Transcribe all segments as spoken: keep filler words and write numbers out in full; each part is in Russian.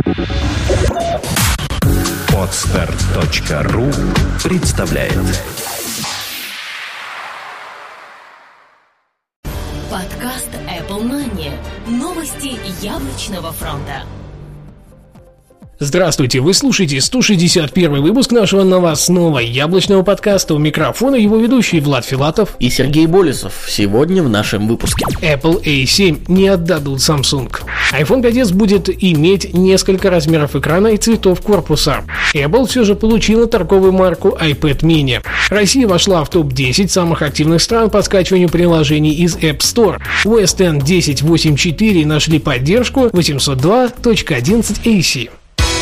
Подстарт точка ру представляет подкаст Apple Money. Новости яблочного фронта. Здравствуйте, вы слушаете сто шестьдесят первый выпуск нашего новостного яблочного подкаста. У микрофона его ведущий Влад Филатов и Сергей Болесов. Сегодня в нашем выпуске. Apple эй семь не отдадут Samsung. iPhone пять эс будет иметь несколько размеров экрана и цветов корпуса. Apple все же получила торговую марку iPad mini. Россия вошла в топ десять самых активных стран по скачиванию приложений из App Store. У о эс X десять восемь точка четыре нашли поддержку восемьсот два точка одиннадцать эй си.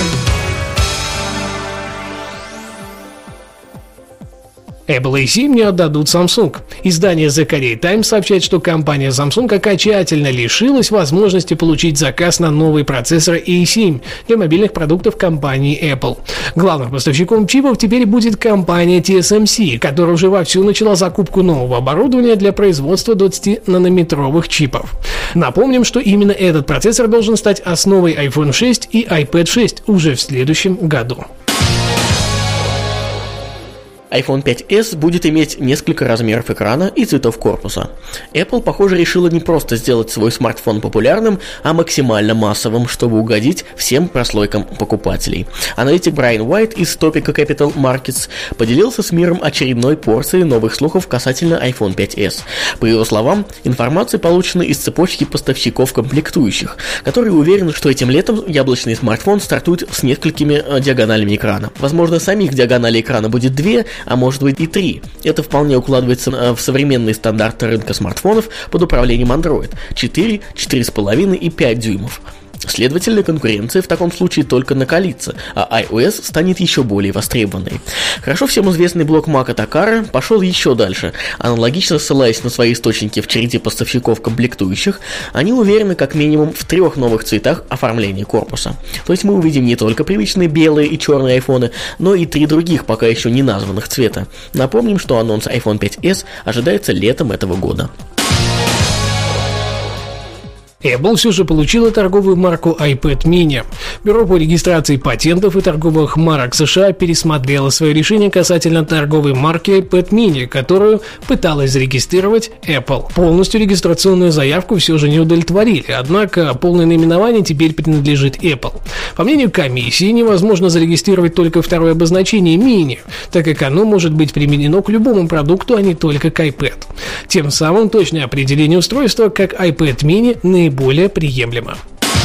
Apple эй семь не отдадут Samsung. Издание The Korea Times сообщает, что компания Samsung окончательно лишилась возможности получить заказ на новый процессор эй семь для мобильных продуктов компании Apple. Главным поставщиком чипов теперь будет компания ти эс эм си, которая уже вовсю начала закупку нового оборудования для производства двадцатинанометровых чипов. Напомним, что именно этот процессор должен стать основой iPhone шесть и iPad шесть уже в следующем году. iPhone пять эс будет иметь несколько размеров экрана и цветов корпуса. Apple, похоже, решила не просто сделать свой смартфон популярным, а максимально массовым, чтобы угодить всем прослойкам покупателей. Аналитик Брайан Уайт из Topeka Capital Markets поделился с миром очередной порцией новых слухов касательно iPhone пять эс. По его словам, информация получена из цепочки поставщиков комплектующих, которые уверены, что этим летом яблочный смартфон стартует с несколькими диагоналями экрана. Возможно, самих диагоналей экрана будет две, а может быть и три. Это вполне укладывается в современные стандарты рынка смартфонов под управлением Android – четыре, четыре с половиной и пять дюймов. Следовательно, конкуренция в таком случае только накалится, а iOS станет еще более востребованной. Хорошо всем известный блог Мака Такара пошел еще дальше. Аналогично ссылаясь на свои источники в череде поставщиков комплектующих, они уверены как минимум в трех новых цветах оформления корпуса. То есть мы увидим не только привычные белые и черные айфоны, но и три других пока еще не названных цвета. Напомним, что анонс iPhone пять эс ожидается летом этого года. Apple все же получила торговую марку iPad mini. Бюро по регистрации патентов и торговых марок США пересмотрело свое решение касательно торговой марки iPad mini, которую пыталась зарегистрировать Apple. Полностью регистрационную заявку все же не удовлетворили, однако полное наименование теперь принадлежит Apple. По мнению комиссии, невозможно зарегистрировать только второе обозначение mini, так как оно может быть применено к любому продукту, а не только к iPad. Тем самым точное определение устройства как iPad mini наиболее более приемлемо.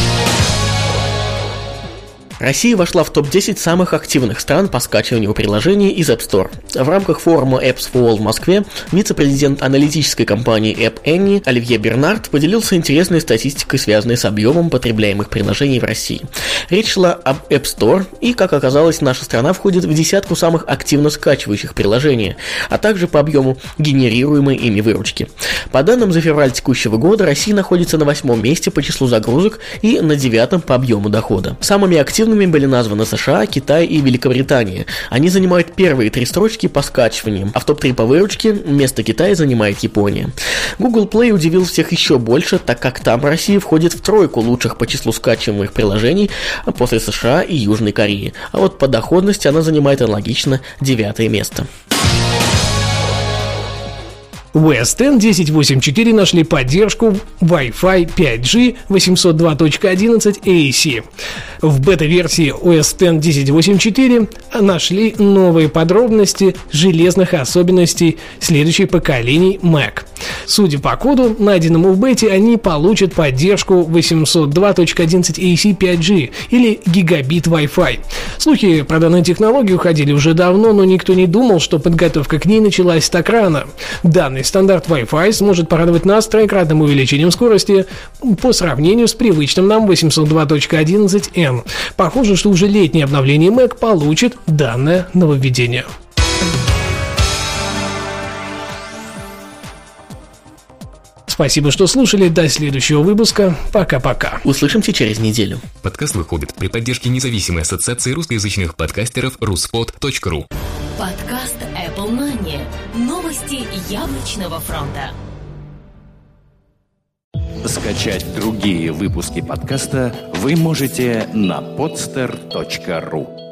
Россия вошла в топ десять самых активных стран по скачиванию приложений из App Store. В рамках форума Apps for All в Москве вице-президент аналитической компании App Annie Оливье Бернард поделился интересной статистикой, связанной с объемом потребляемых приложений в России. Речь шла об App Store, и, как оказалось, наша страна входит в десятку самых активно скачивающих приложений, а также по объему генерируемой ими выручки. По данным за февраль текущего года, Россия находится на восьмом месте по числу загрузок и на девятом по объему дохода. Самыми активными были названы США, Китай и Великобритания. Они занимают первые три строчки по скачиваниям, а в топ три по выручке место Китая занимает Япония. Google Play удивил всех еще больше, так как там Россия входит в тройку лучших по числу скачиваемых приложений после США и Южной Кореи. А вот по доходности она занимает аналогично девятое место. У о эс X десять восемь точка четыре нашли поддержку Wi-Fi пять джи восемьсот два точка одиннадцать эй си. В бета-версии о эс X десять восемь точка четыре нашли новые подробности железных особенностей следующих поколений Mac. Судя по коду, найденному в бете, они получат поддержку восемьсот два точка одиннадцать эй си пять джи или гигабит Wi-Fi. Слухи про данную технологию ходили уже давно, но никто не думал, что подготовка к ней началась так рано. Данный стандарт Wi-Fi сможет порадовать нас троекратным увеличением скорости по сравнению с привычным нам восемьсот два точка одиннадцать эн. Похоже, что уже летнее обновление Mac получит данное нововведение. Спасибо, что слушали. До следующего выпуска. Пока-пока. Услышимся через неделю. Подкаст выходит при поддержке независимой ассоциации русскоязычных подкастеров руспод точка ру. Подкаст Apple Money. Новости яблочного фронта. Скачать другие выпуски подкаста вы можете на podster точка ру.